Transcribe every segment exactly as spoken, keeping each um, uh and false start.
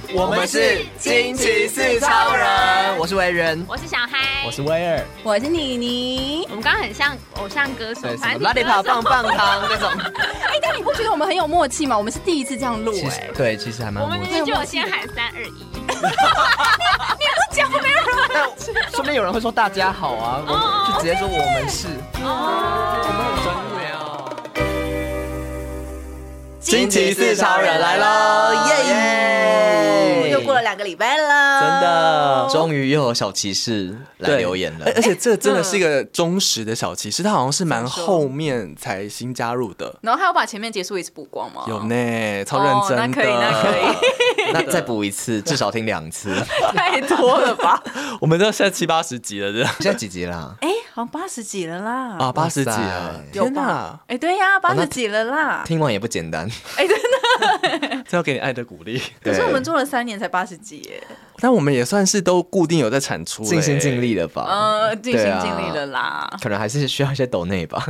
我们是惊奇四超人，我是维人， 我是小嗨， 我是威尔， 我是妮妮。 我们刚刚很像偶像歌手， 对，什么拉力跑棒棒糖那种。 哎，但你不觉得我们很有默契吗？我们是第一次这样录，哎， 对，其实还蛮我们明明就有先喊三二一。 你不讲没有人， 但说不定有人会说大家好啊，我们就直接说我们是， 哦， 我们很专业哦。惊奇四超人来喽，耶！ 又过了两个礼拜了， 真的， 终于又有小骑士来留言了， 而且这真的是一个忠实的小骑士，他好像是蛮后面才新加入的。 然后他有把前面结束一次补光吗？ 有呢，超认真的。 哦、那可以，那可以。 那再补一次，至少听两次。 太多了吧？ 我们都现在七八十集了，这现在几集啦？ 哎、欸，好像八十集了啦。 啊，八十集了，天哪！ 哎、欸，对呀、啊，八十集了啦、 哦。听完也不简单。 哎、欸，真的。 这要给你爱的鼓励。 可是我们做了三年才八十集耶。 但我们也算是都固定有在产出， 尽心尽力了吧？ 呃，尽心尽力了啦、啊。 可能还是需要一些抖内吧。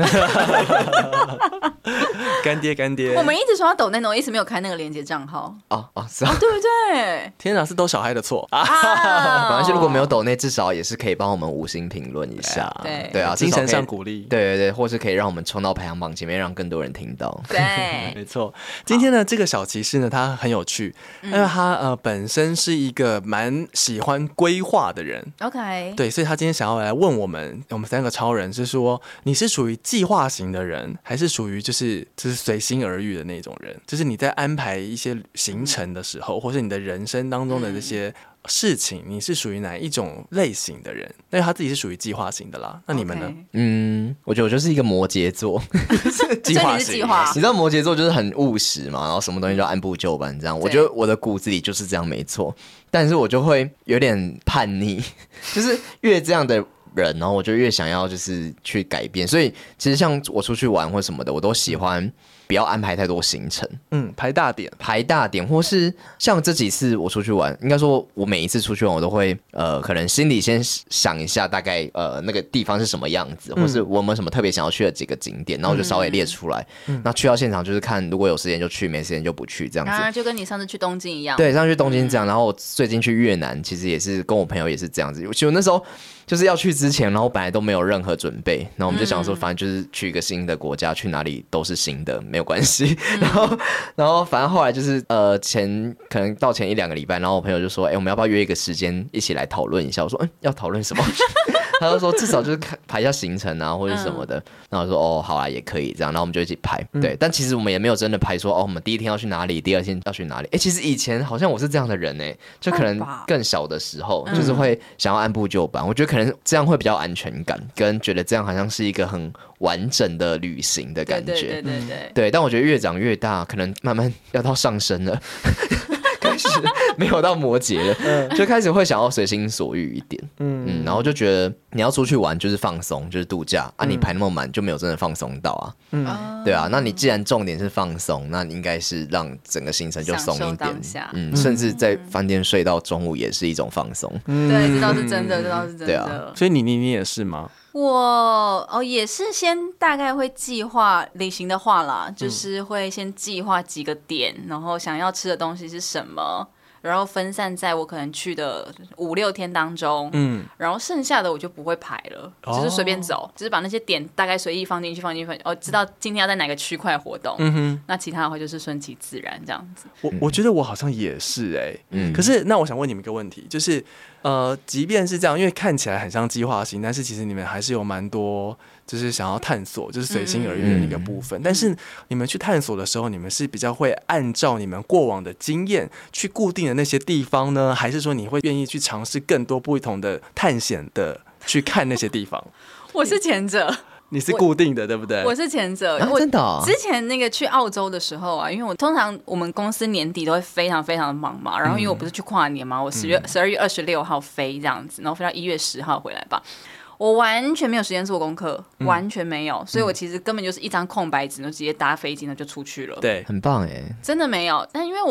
干爹干爹， 我们一直说要抖内，我一直没有开那个连结账号。 哦哦，是啊， 哦，对不对？ 天哪，是都小孩的错啊！反正是如果没有抖内，至少也是可以帮我们五星评论一下。 对对啊， 精神上鼓励。 对对对，或是可以让我们冲到排行榜前面，让更多人听到。 对， 没错。今天呢，这个小骑士呢，他很有趣，因为他呃本身是一个蛮喜欢规划的人。 OK， 对，所以他今天想要来问我们，我们三个超人是说，你是属于计划型的人，还是属于就是就是随心而遇的那种人？就是你在安排一些行程的时候，或是你的人生当中的这些事情，你是属于哪一种类型的人？因为他自己是属于计划型的啦。那你们呢？ Okay. 嗯，我觉得我就是一个摩羯座， 计划型。 你知道摩羯座就是很务实嘛，然后什么东西都按部就班这样。我觉得我的骨子里就是这样，没错。但是我就会有点叛逆，就是越这样的人，然后我就越想要就是去改变。所以其实像我出去玩或什么的，我都喜欢不要安排太多行程， 嗯，排大点， 排大点，或是像这几次我出去玩，应该说我每一次出去玩，我都会呃，可能心里先想一下大概呃那个地方是什么样子，嗯、或是我有没有什么特别想要去的几个景点，然后我就稍微列出来。嗯、那去到现场就是看，如果有时间就去，没时间就不去这样子。 啊，就跟你上次去东京一样。 对，上次去东京这样，嗯、然后我最近去越南，其实也是跟我朋友也是这样子。其实我那时候就是要去之前，然后本来都没有任何准备，然后我们就想说，反正就是去一个新的国家，去哪里都是新的，没有关系。然后，然后反正后来就是呃，前可能到前一两个礼拜，然后我朋友就说，哎、欸，我们要不要约一个时间一起来讨论一下？我说，嗯，要讨论什么？他就说至少就是排一下行程啊，或者什么的。嗯、然后我说，哦，好啦，也可以这样。然后我们就一起排，对。嗯、但其实我们也没有真的排说，哦，我们第一天要去哪里，第二天要去哪里。哎、欸，其实以前好像我是这样的人哎、欸，就可能更小的时候，就是会想要按部就班。我觉得可能这样会比较安全感，跟觉得这样好像是一个很完整的旅行的感觉。 对对对对对。 对，但我觉得越长越大，可能慢慢要到上升了。开始没有到摩羯了，嗯、就开始会想要随心所欲一点，嗯嗯，然后就觉得你要出去玩就是放松，就是度假啊，你排那么满就没有真的放松到啊，嗯，对啊，那你既然重点是放松，那你应该是让整个行程就松一点，嗯，甚至在饭店睡到中午也是一种放松， 嗯、对，这倒是真的，这倒是真的， 对啊， 所以你你你也是吗？ 我哦也是先大概会计划旅行的话啦，就是会先计划几个点，然后想要吃的东西是什么，然后分散在我可能去的五六天当中，嗯，然后剩下的我就不会排了，哦、就是随便走，就是把那些点大概随意放进去，放进去，哦，知道今天要在哪个区块活动，嗯哼，那其他的话就是顺其自然这样子。 我我觉得我好像也是哎、欸，嗯，可是那我想问你们一个问题，就是。呃，即便是这样，因为看起来很像计划型，但是其实你们还是有蛮多，就是想要探索，就是随心而遇的那个部分。嗯、但是你们去探索的时候，你们是比较会按照你们过往的经验去固定的那些地方呢，还是说你会愿意去尝试更多不同的探险的去看那些地方？ 我是前者。 你是固定的，对不对？ 我是前者， 啊、 我真的、哦。 之前那个去澳洲的时候啊，因为我通常我们公司年底都会非常非常的忙嘛，然后因为我不是去跨年嘛，我十月十二月二十六号飞这样子，然后飞到一月十号回来吧。我完全没有时间做功课，嗯、完全没有，所以我其实根本就是一张空白纸，就直接搭飞机呢就出去了。 对， 很棒哎， 真的没有。但因为我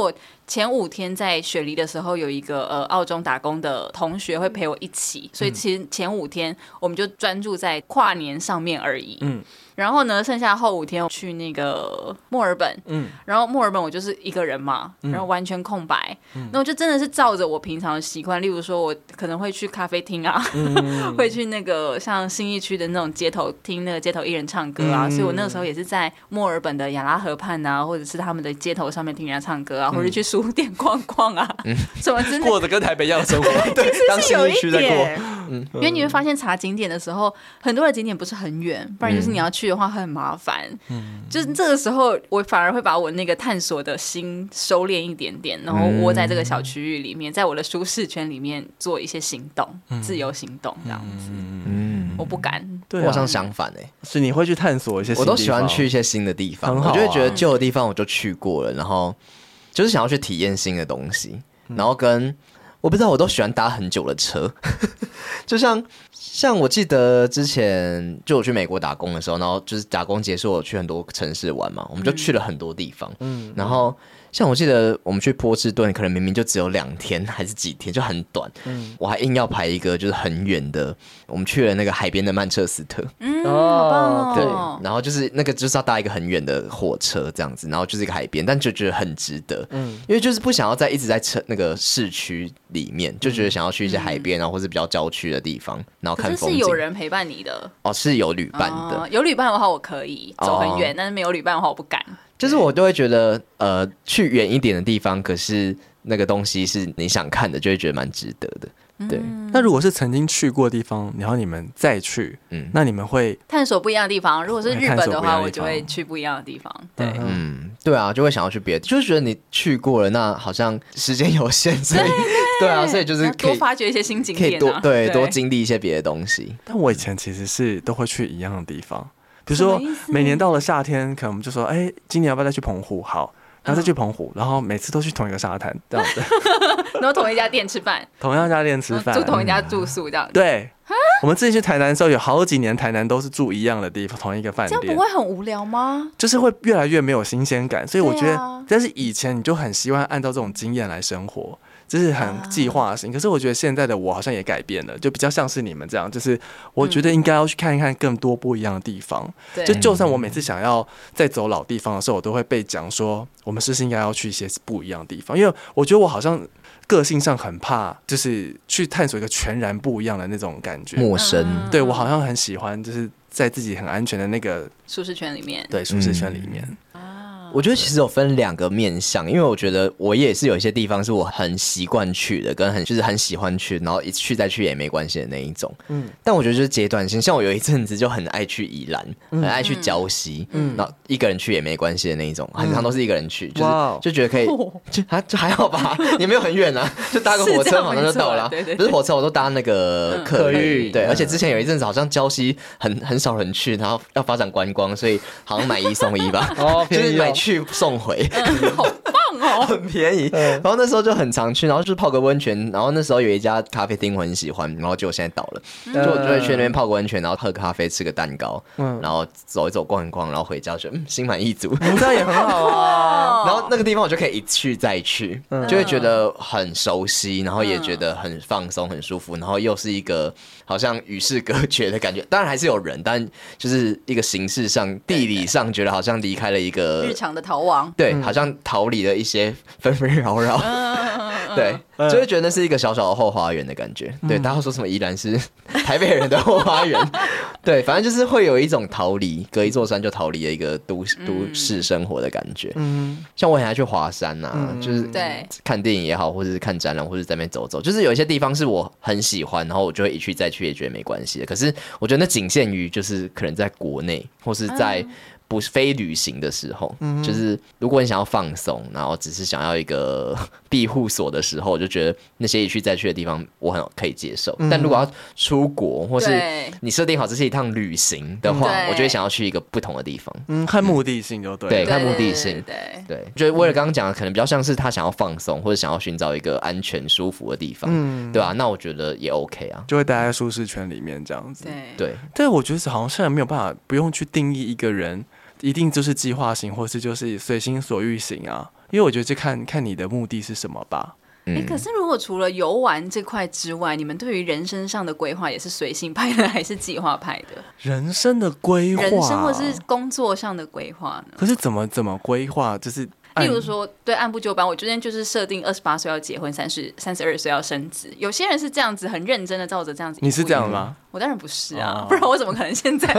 前五天在雪梨的时候，有一个呃澳洲打工的同学会陪我一起，所以其实前五天我们就专注在跨年上面而已。嗯。然后呢，剩下后五天我去那个墨尔本，嗯，然后墨尔本我就是一个人嘛，然后完全空白，嗯，那我就真的是照着我平常的习惯，例如说我可能会去咖啡厅啊，嗯、会去那个像信义区的那种街头听那个街头艺人唱歌啊，嗯、所以我那个时候也是在墨尔本的亚拉河畔啊，或者是他们的街头上面听人家唱歌啊，嗯、或者去书店逛逛啊，嗯、什么之类的， 过着跟台北一样的生活， 对，当信义区在过， 嗯， 因为你会发现查景点的时候，很多的景点不是很远，不然就是你要去的话会很麻烦。嗯，就是这个时候，我反而会把我那个探索的心收敛一点点，然后窝在这个小区域里面，在我的舒适圈里面做一些行动，嗯、自由行动这样子。嗯，我不敢。 对、 啊，我好像相反哎、欸， 是你会去探索一些新地方， 我都喜欢去一些新的地方，啊、我就会觉得旧的地方我就去过了，然后就是想要去体验新的东西，然后跟我不知道，我都喜欢搭很久的车，就像。像我记得之前就我去美国打工的时候，然后就是打工结束，我去很多城市玩嘛，我们就去了很多地方。嗯，然后像我记得我们去波士顿，可能明明就只有两天还是几天，就很短。嗯，我还硬要排一个就是很远的，我们去了那个海边的曼彻斯特。 嗯，好棒哦。 对，然后就是那个就是要搭一个很远的火车这样子，然后就是一个海边，但就觉得很值得。嗯，因为就是不想要再一直在车那个市区里面，就觉得想要去一些海边，然后或是比较郊区的地方，然后看风景。 可是是有人陪伴你的哦，是有旅伴的。 哦、有旅伴的话，我可以走很远，哦、但是没有旅伴的话，我不敢。 就是我都会觉得，呃，去远一点的地方，可是那个东西是你想看的，就会觉得蛮值得的。对， 嗯、那如果是曾经去过的地方，然后你们再去，嗯，那你们会探索不一样的地方。如果是日本的话，我就会去不一样的地方。对， 嗯，对啊，就会想要去别的，就是觉得你去过了，那好像时间有限，所以对啊，所以就是可以多发掘一些新景点、啊， 可以多对多经历一些别的东西。 但我以前其实是都会去一样的地方。比如说，每年到了夏天，可能我们就说，哎、欸，今年要不要再去澎湖？好，然后再去澎湖，然后每次都去同一个沙滩，这样子， 然后同一家店吃饭， 同样家店吃饭， 住同一家住宿，这样子。 对，我们之前去台南的时候，有好几年台南都是住一样的地方，同一个饭店， 这样不会很无聊吗？ 就是会越来越没有新鲜感，所以我觉得，啊、但是以前你就很希望按照这种经验来生活。就是很计划性，可是我觉得现在的我好像也改变了，就比较像是你们这样，就是我觉得应该要去看一看更多不一样的地方。嗯、就就算我每次想要再走老地方的时候，我都会被讲说，我们是不是应该要去一些不一样的地方？因为我觉得我好像个性上很怕，就是去探索一个全然不一样的那种感觉， 陌生。 对，我好像很喜欢，就是在自己很安全的那个舒适圈里面， 对，舒适圈里面。 嗯我觉得其实有分两个面向，因为我觉得我也是有一些地方是我很习惯去的，跟很就是很喜欢去，然后一去再去也没关系的那一种。嗯，但我觉得就是阶段性，像我有一阵子就很爱去宜兰，很爱去礁溪，嗯，然后一个人去也没关系的那一种，很常都是一个人去，就是就觉得可以，就还就还好吧，也没有很远啊，就搭个火车马上就到了。不是火车，我都搭那个客运，对，而且之前有一阵子好像礁溪很很少人去，然后要发展观光，所以好像买一送一吧，哦，就是买去送回， 嗯、好棒哦， 很便宜。然后那时候就很常去，然后就是泡个温泉。然后那时候有一家咖啡厅我很喜欢，然后结果现在倒了，嗯、就我就会去那边泡个温泉，然后喝咖啡，吃个蛋糕，嗯、然后走一走、逛一逛，然后回家就嗯心满意足， 这样也很好啊。 然后那个地方我就可以一去再去，嗯、就会觉得很熟悉，然后也觉得很放松、很舒服，然后又是一个好像与世隔绝的感觉。当然还是有人，但就是一个形式上、地理上，觉得好像离开了一个日常的逃亡。 对，好像逃离了一些纷纷扰扰，对，就会觉得那是一个小小的后花园的感觉。对，大家会说什么宜兰是台北人的后花园，对，反正就是会有一种逃离，隔一座山就逃离了一个都都市生活的感觉。嗯，像我很爱去华山啊，就是对看电影也好，或者是看展览，或者在那边走走，就是有一些地方是我很喜欢，然后我就会一去再去，也觉得没关系的。可是我觉得那仅限于就是可能在国内或是在。嗯不是非旅行的时候，嗯、就是如果你想要放松，然后只是想要一个庇护所的时候，我就觉得那些一去再去的地方我很可以接受。嗯、但如果要出国，或是你设定好这是一趟旅行的话，我就会想要去一个不同的地方。 嗯，看目的性就对了， 对，看目的性，对对，就为了刚刚讲的，可能比较像是他想要放松，或者想要寻找一个安全舒服的地方，嗯，对吧、啊？那我觉得也 OK 啊， 就会待在舒适圈里面这样子。 对对， 但我觉得好像现在没有办法，不用去定义一个人。一定就是计划型，或是就是随心所欲型啊。 因为我觉得这看看你的目的是什么吧。 哎、可是如果除了游玩这块之外，你们对于人生上的规划也是随性派的，还是计划派的？ 人生的规划， 人生或是工作上的规划呢？ 可是怎么怎么规划？就是例如说，对，按部就班。我今天就是设定二十八岁要结婚，三十三十二岁要生子。有些人是这样子，很认真的照着这样子。 你是这样吗？ 我当然不是啊， 哦、 不然我怎么可能现在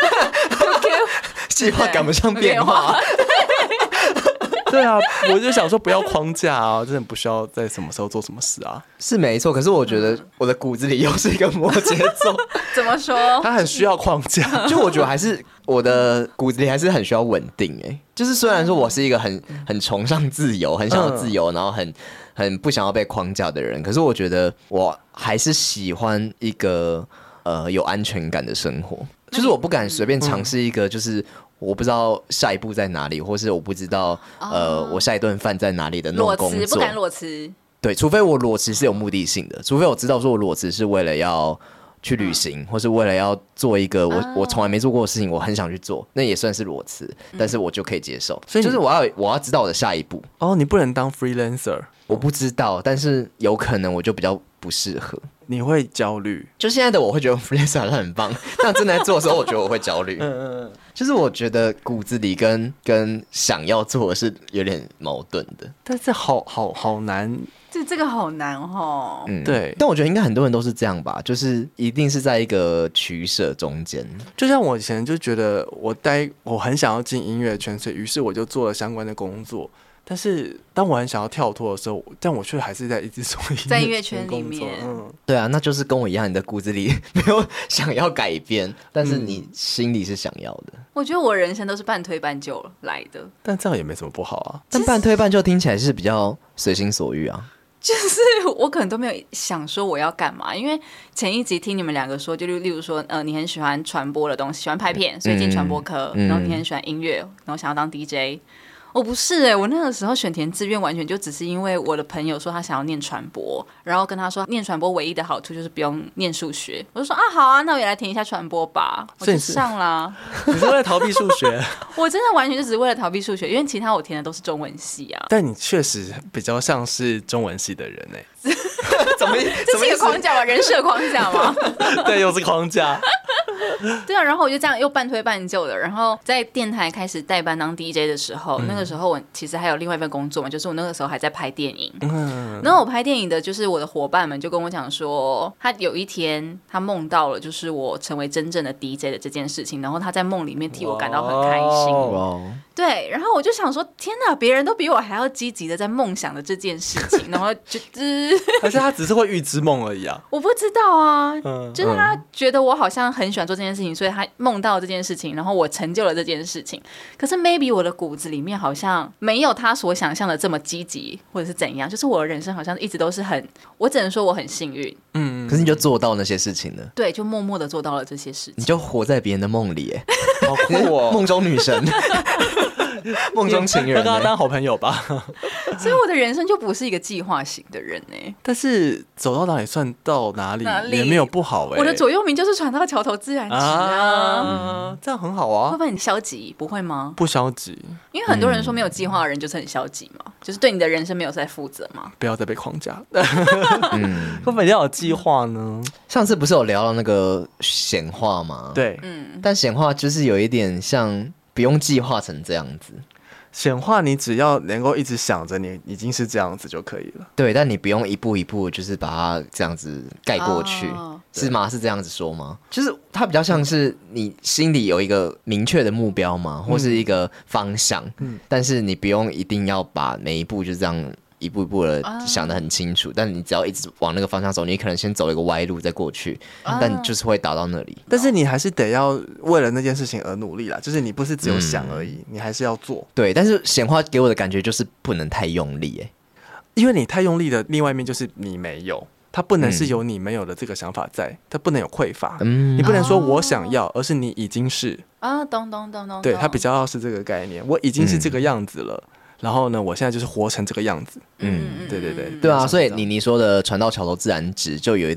计划赶不上变化？ 对啊，我就想说不要框架啊，真的不需要在什么时候做什么事啊。 是没错，可是我觉得我的骨子里又是一个摩羯座。 怎么说？ 他很需要框架， 就我觉得还是我的骨子里还是很需要稳定哎、欸。就是虽然说我是一个很很崇尚自由，很想要自由，然后很很不想要被框架的人，可是我觉得我还是喜欢一个呃有安全感的生活。就是我不敢随便尝试一个就是我不知道下一步在哪里，或是我不知道呃我下一顿饭在哪里的那种工作。 裸辞不敢裸辞。 对，除非我裸辞是有目的性的，除非我知道说我裸辞是为了要去旅行，嗯、或是为了要做一个我、啊、我从来没做过的事情，我很想去做，那也算是裸辞，但是我就可以接受。所以就是我要我要知道我的下一步。 哦，你不能当 freelancer。 我不知道，但是有可能我就比较不适合。 你会焦虑？ 就现在的我会觉得 freelancer 好像很棒，但真的在做的时候，我觉得我会焦虑。嗯嗯嗯，就是我觉得骨子里跟跟想要做的是有点矛盾的。 但是好好好难， 这这个好难哦。 嗯，对。 但我觉得应该很多人都是这样吧，就是一定是在一个取舍中间。 就像我以前就觉得我待我很想要进音乐圈，所以于是我就做了相关的工作。但是当我很想要跳脱的时候，但我却还是在一直做在音乐圈里面。 嗯， 对啊，那就是跟我一样，你的骨子里没有想要改变，但是你心里是想要的。 我觉得我人生都是半推半就来的， 但这样也没什么不好啊。 但半推半就听起来是比较随心所欲啊。 就是我可能都没有想说我要干嘛，因为前一集听你们两个说，就例如说，呃，你很喜欢传播的东西，喜欢拍片，所以进传播科，嗯、然后你很喜欢音乐，然后想要当 D J。我不是哎、欸，我那个时候选填志愿完全就只是因为我的朋友说他想要念传播，然后跟他说念传播唯一的好处就是不用念数学，我就说啊好啊，那我也来填一下传播吧，我就上啦。 你是为了逃避数学？ 我真的完全就只是为了逃避数学，因为其他我填的都是中文系啊。 但你确实比较像是中文系的人哎、欸。 怎么？ 这是一个框架吗？人设框架吗？ 对，又是框架。 对啊，然后我就这样又半推半就的，然后在电台开始代班当 D J 的时候，嗯、那个时候我其实还有另外一份工作嘛，就是我那个时候还在拍电影。嗯，然后我拍电影的，就是我的伙伴们就跟我讲说，他有一天他梦到了，就是我成为真正的 D J 的这件事情，然后他在梦里面替我感到很开心。 哇对，然后我就想说，天哪，别人都比我还要积极的在梦想的这件事情，然后就， 而且他只是会预知梦而已啊。 我不知道啊，嗯、就是他觉得我好像很喜欢做这件事情，所以他梦到这件事情，然后我成就了这件事情。可是 maybe 我的骨子里面好像没有他所想象的这么积极，或者是怎样，就是我的人生好像一直都是很，我只能说我很幸运。 嗯，可是你就做到那些事情了。 对，就默默的做到了这些事情。 你就活在别人的梦里，哎， 好酷哦， 梦中女神。梦中情人、欸， 跟他当好朋友吧。 所以我的人生就不是一个计划型的人呢、欸。 但是走到哪里算到哪里，哪里也没有不好哎、欸。 我的左右铭就是船到桥头自然直啊，啊嗯、这样很好啊。 会不会很消极？不会吗？ 不消极， 因为很多人说没有计划的人就是很消极嘛，嗯、就是对你的人生没有在负责嘛。 不要再被框架。嗯，会不会要有计划呢？ 上次不是有聊到那个显化吗？ 对， 嗯， 但显化就是有一点像。不用计划成这样子， 显化你只要能够一直想着你已经是这样子就可以了。 对，但你不用一步一步就是把它这样子盖过去，哦、是吗？是这样子说吗？就是它比较像是你心里有一个明确的目标嘛，或是一个方向，嗯、但是你不用一定要把每一步就这样。一步一步的想得很清楚， uh, 但你只要一直往那个方向走，你可能先走了一个歪路再过去， uh, 但就是会达到那里。 但是你还是得要为了那件事情而努力啦，就是你不是只有想而已，嗯、你还是要做。 对，但是显化给我的感觉就是不能太用力，哎， 因为你太用力的另外一面就是你没有。它不能是有你没有的这个想法在，它不能有匮乏。嗯，你不能说我想要，而是你已经是啊，懂懂懂懂。 对，它比较是这个概念，我已经是这个样子了。嗯然后呢，我现在就是活成这个样子。嗯，对对对， 对啊，所以你你说的船到桥头自然直，就有一点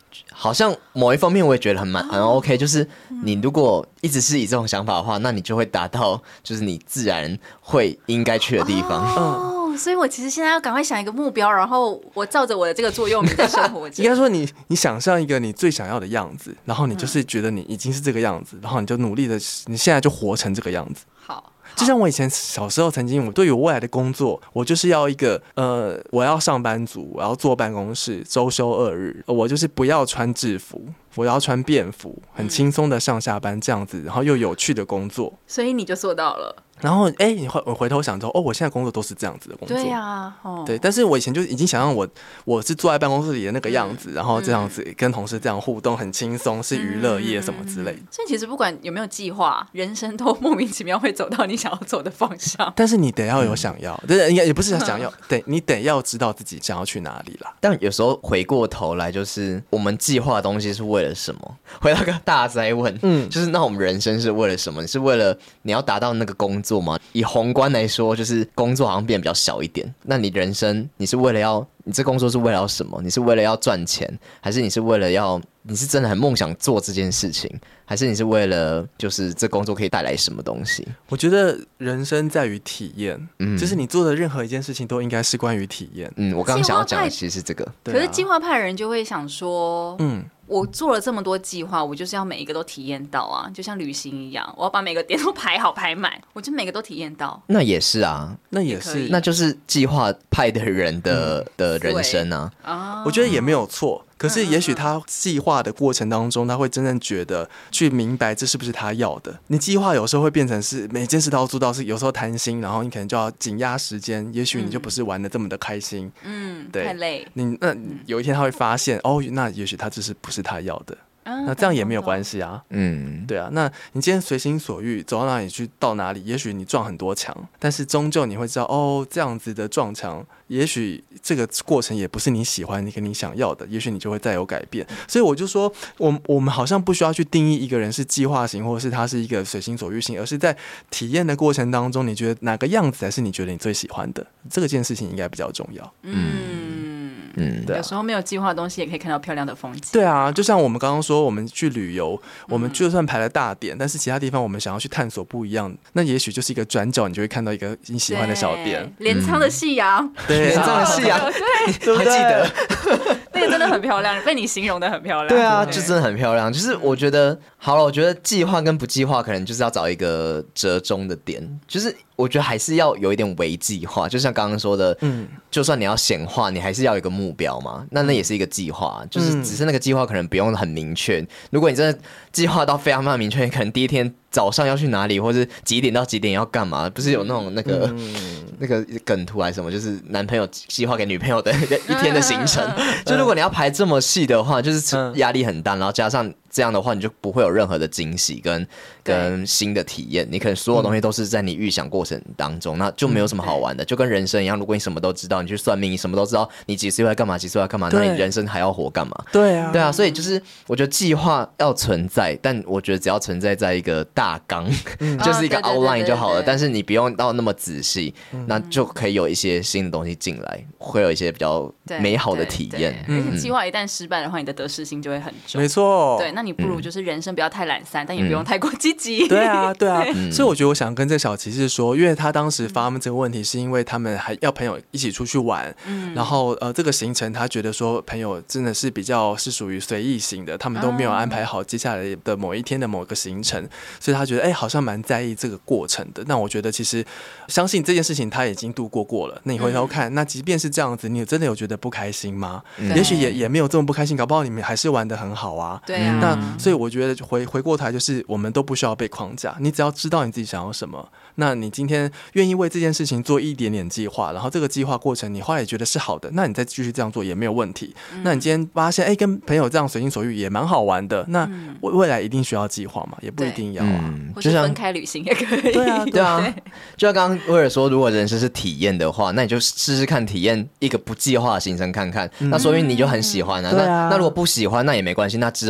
好像某一方面我也觉得很蛮很 OK，就是你如果一直是以这种想法的话，那你就会达到就是你自然会应该去的地方。 哦，所以我其实现在要赶快想一个目标，然后我照着我的这个座右铭在生活着。 应该说你你想象一个你最想要的样子，然后你就是觉得你已经是这个样子，然后你就努力的，你现在就活成这个样子。 好。 就像我以前小时候曾经，我对于我未来的工作，我就是要一个呃，我要上班族，我要坐办公室，周休二日，我就是不要穿制服，我要穿便服，很轻松的上下班这样子，然后又有趣的工作。 所以你就做到了。 然后哎，你回我回头想说，哦，我现在工作都是这样子的工作。 对呀、啊，哦， 对。但是我以前就已经想象我我是坐在办公室里的那个样子，嗯、然后这样子跟同事这样互动，很轻松，是娱乐业什么之类的。 所以其实不管有没有计划，人生都莫名其妙会走到你想要走的方向。 但是你得要有想要，对、嗯，应该也不是想要，对你得要知道自己想要去哪里啦。 但有时候回过头来，就是我们计划的东西是为了什么？回到个大哉问，嗯，就是那我们人生是为了什么？你是为了你要达到那个工作吗？以宏观来说，就是工作好像变得比较小一点。那你人生，你是为了要，你这工作是为了要什么？你是为了要赚钱，还是你是为了要，你是真的很梦想做这件事情，还是你是为了就是这工作可以带来什么东西？ 我觉得人生在于体验，嗯，就是你做的任何一件事情都应该是关于体验。 嗯，我刚刚想要讲的其实是这个。 可是计划派人就会想说，嗯。我做了这么多计划，我就是要每一个都体验到啊，就像旅行一样，我要把每个点都排好排满，我就每个都体验到。 那也是啊， 那也是， 那就是计划派的人的、嗯、的人生啊。 哦， 我觉得也没有错。可是也许他计划的过程当中，他会真正觉得去明白这是不是他要的。你计划有时候会变成是每件事都要做到，是有时候贪心，然后你可能就要紧压时间，也许你就不是玩的这么的开心。 嗯， 对， 太累。 你那有一天他会发现，哦，那也许他这是不是他要的。那这样也没有关系啊，嗯，对啊。那你今天随心所欲走到哪里去到哪里，也许你撞很多墙，但是终究你会知道，哦，这样子的撞墙，也许这个过程也不是你喜欢、你跟你想要的，也许你就会再有改变。所以我就说，我我们好像不需要去定义一个人是计划型，或者是他是一个随心所欲型，而是在体验的过程当中，你觉得哪个样子才是你觉得你最喜欢的？这个件事情应该比较重要。 嗯。 嗯，对、啊， 有时候没有计划的东西也可以看到漂亮的风景。 对啊，就像我们刚刚说，我们去旅游，我们就算排了大点，嗯、但是其他地方我们想要去探索不一样，那也许就是一个转角，你就会看到一个你喜欢的小店， 镰仓的夕阳， 对， 镰仓的夕阳， 对， 还记得， 那个真的很漂亮，被你形容的很漂亮。 对啊，就真的很漂亮。就是我觉得，好了，我觉得计划跟不计划，可能就是要找一个折中的点，就是。我觉得还是要有一点微计划，就像刚刚说的，嗯，就算你要显化，你还是要有一个目标嘛，那那也是一个计划，就是只是那个计划可能不用很明确。如果你真的计划到非常非常明确，你可能第一天早上要去哪里，或是几点到几点要干嘛，不是有那种那个、嗯、那个梗图还是什么，就是男朋友计划给女朋友的一天的行程，就如果你要排这么细的话，就是压力很大，然后加上这样的话，你就不会有任何的惊喜跟跟新的体验，你可能所有东西都是在你预想过程当中，那就没有什么好玩的，就跟人生一样。如果你什么都知道，你去算命，你什么都知道，你几岁要干嘛，几岁要干嘛，那你人生还要活干嘛？ 对啊， 对啊，所以就是我觉得计划要存在，但我觉得只要存在在一个大纲，嗯、就是一个 outline 就好了。但是你不用到那么仔细，嗯、那就可以有一些新的东西进来，会有一些比较美好的体验。 而且计划一旦失败的话，你的得失心就会很重。 没错， 对，那你不如就是人生不要太懒散，嗯、但也不用太过积极。 对啊，对啊。嗯、所以我觉得我想跟这小骑士说，因为他当时发问这个问题，是因为他们还要朋友一起出去玩，嗯、然后呃这个行程他觉得说朋友真的是比较是属于随意型的，他们都没有安排好接下来的某一天的某个行程，所以他觉得哎、欸、好像蛮在意这个过程的。那我觉得其实相信这件事情他已经度过过了，那你回头看，嗯、那即便是这样子，你真的有觉得不开心吗？嗯、也许也也没有这么不开心，搞不好你们还是玩得很好啊。 对啊。 那所以我觉得回回过头就是我们都不需要被框架，你只要知道你自己想要什么，那你今天愿意为这件事情做一点点计划，然后这个计划过程你后来也觉得是好的，那你再继续这样做也没有问题。嗯、那你今天发现哎、欸，跟朋友这样随心所欲也蛮好玩的，那未来一定需要计划吗？也不一定要啊。 嗯、或是分开旅行也可以。 对啊， 对啊。就像刚刚威尔说，如果人生是体验的话，那你就试试看体验一个不计划的行程看看，嗯、那说明你就很喜欢啊。嗯、那、啊、那如果不喜欢，那也没关系，那之后你就知道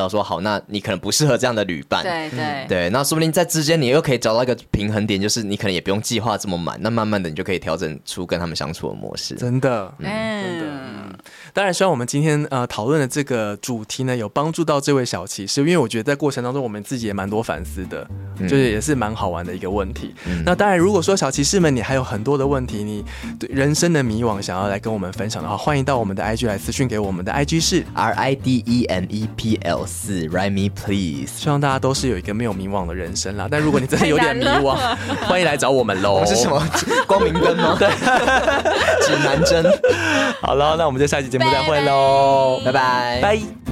道说，好，那你可能不适合这样的旅伴。 对对对，那说不定在之间你又可以找到一个平衡点，就是你可能也不用计划这么满，那慢慢的你就可以调整出跟他们相处的模式。 真的，嗯，真的，嗯。当然，希望我们今天呃讨论的这个主题呢，有帮助到这位小骑士，因为我觉得在过程当中，我们自己也蛮多反思的，嗯、就是也是蛮好玩的一个问题。嗯、那当然，如果说小骑士们你还有很多的问题，你对人生的迷惘想要来跟我们分享的话，欢迎到我们的 I G 来私讯给我们的 I G 是 R I D E M E P L 四 Write Me Please。 希望大家都是有一个没有迷惘的人生啦。但如果你真的有点迷惘，欢迎来找我们喽。 我们是什么光明灯吗？对，指南针。 好了，那我们就下期节目再会喽， 拜拜， 拜。